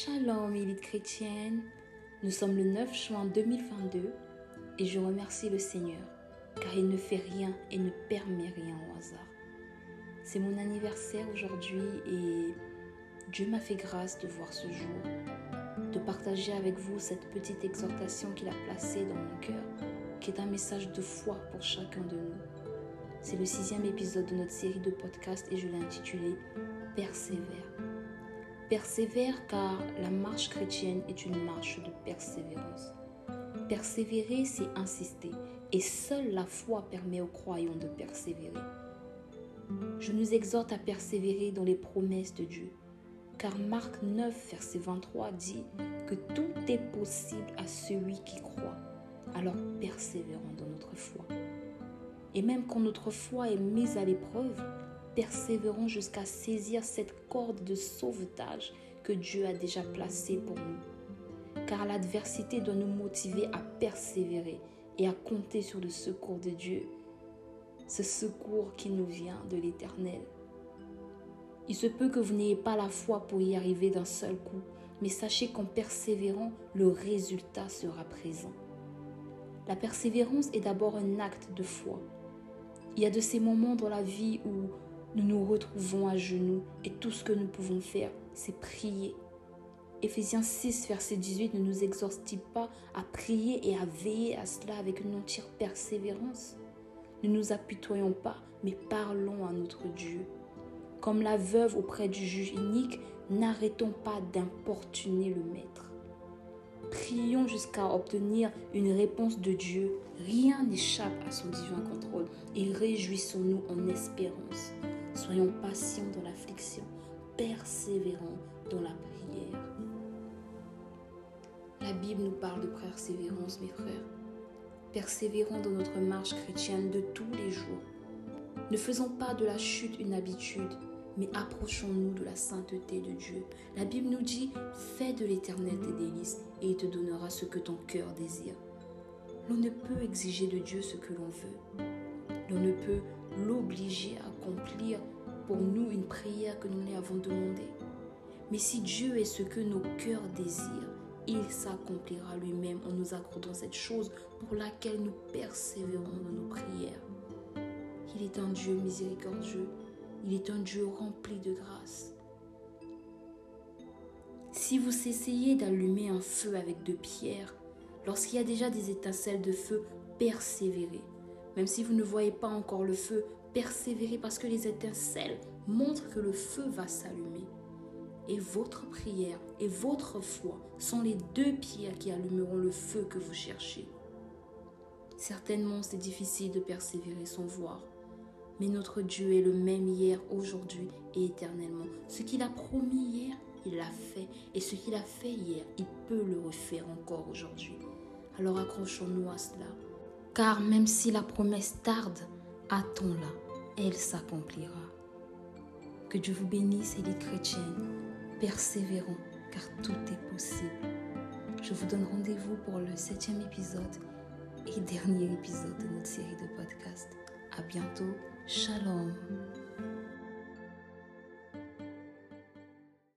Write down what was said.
Shalom, élite chrétienne. Nous sommes le 9 juin 2022 et je remercie le Seigneur car il ne fait rien et ne permet rien au hasard. C'est mon anniversaire aujourd'hui et Dieu m'a fait grâce de voir ce jour, de partager avec vous cette petite exhortation qu'il a placée dans mon cœur, qui est un message de foi pour chacun de nous. C'est le 6e épisode de notre série de podcasts et je l'ai intitulé « Persévère ». Persévère car la marche chrétienne est une marche de persévérance. Persévérer, c'est insister et seule la foi permet aux croyants de persévérer. Je nous exhorte à persévérer dans les promesses de Dieu, car Marc 9, verset 23 dit que tout est possible à celui qui croit. Alors persévérons dans notre foi. Et même quand notre foi est mise à l'épreuve, persévérons jusqu'à saisir cette corde de sauvetage que Dieu a déjà placée pour nous. Car l'adversité doit nous motiver à persévérer et à compter sur le secours de Dieu, ce secours qui nous vient de l'Éternel. Il se peut que vous n'ayez pas la foi pour y arriver d'un seul coup, mais sachez qu'en persévérant, le résultat sera présent. La persévérance est d'abord un acte de foi. Il y a de ces moments dans la vie où nous nous retrouvons à genoux et tout ce que nous pouvons faire, c'est prier. Éphésiens 6, verset 18 ne nous exhorte-t-il pas à prier et à veiller à cela avec une entière persévérance? Ne nous apitoyons pas, mais parlons à notre Dieu. Comme la veuve auprès du juge inique, n'arrêtons pas d'importuner le Maître. Prions jusqu'à obtenir une réponse de Dieu. Rien n'échappe à son divin contrôle et réjouissons-nous en espérance. Soyons patients dans l'affliction, persévérants dans la prière. La Bible nous parle de persévérance, mes frères. Persévérons dans notre marche chrétienne de tous les jours. Ne faisons pas de la chute une habitude, mais approchons-nous de la sainteté de Dieu. La Bible nous dit « Fais de l'Éternel tes délices et il te donnera ce que ton cœur désire ». L'on ne peut exiger de Dieu ce que l'on veut. L'on ne peut l'obliger à accomplir pour nous une prière que nous lui avons demandée. Mais si Dieu est ce que nos cœurs désirent, il s'accomplira lui-même en nous accordant cette chose pour laquelle nous persévérons dans nos prières. Il est un Dieu miséricordieux. Il est un Dieu rempli de grâce. Si vous essayez d'allumer un feu avec 2 pierres, lorsqu'il y a déjà des étincelles de feu, persévérez. Même si vous ne voyez pas encore le feu, persévérez parce que les étincelles montrent que le feu va s'allumer. Et votre prière et votre foi sont les 2 pierres qui allumeront le feu que vous cherchez. Certainement, c'est difficile de persévérer sans voir. Mais notre Dieu est le même hier, aujourd'hui et éternellement. Ce qu'il a promis hier, il l'a fait. Et ce qu'il a fait hier, il peut le refaire encore aujourd'hui. Alors accrochons-nous à cela. Car même si la promesse tarde, attends-la, elle s'accomplira. Que Dieu vous bénisse, élite chrétienne. Persévérons, car tout est possible. Je vous donne rendez-vous pour le 7e épisode et dernier épisode de notre série de podcasts. À bientôt. Shalom.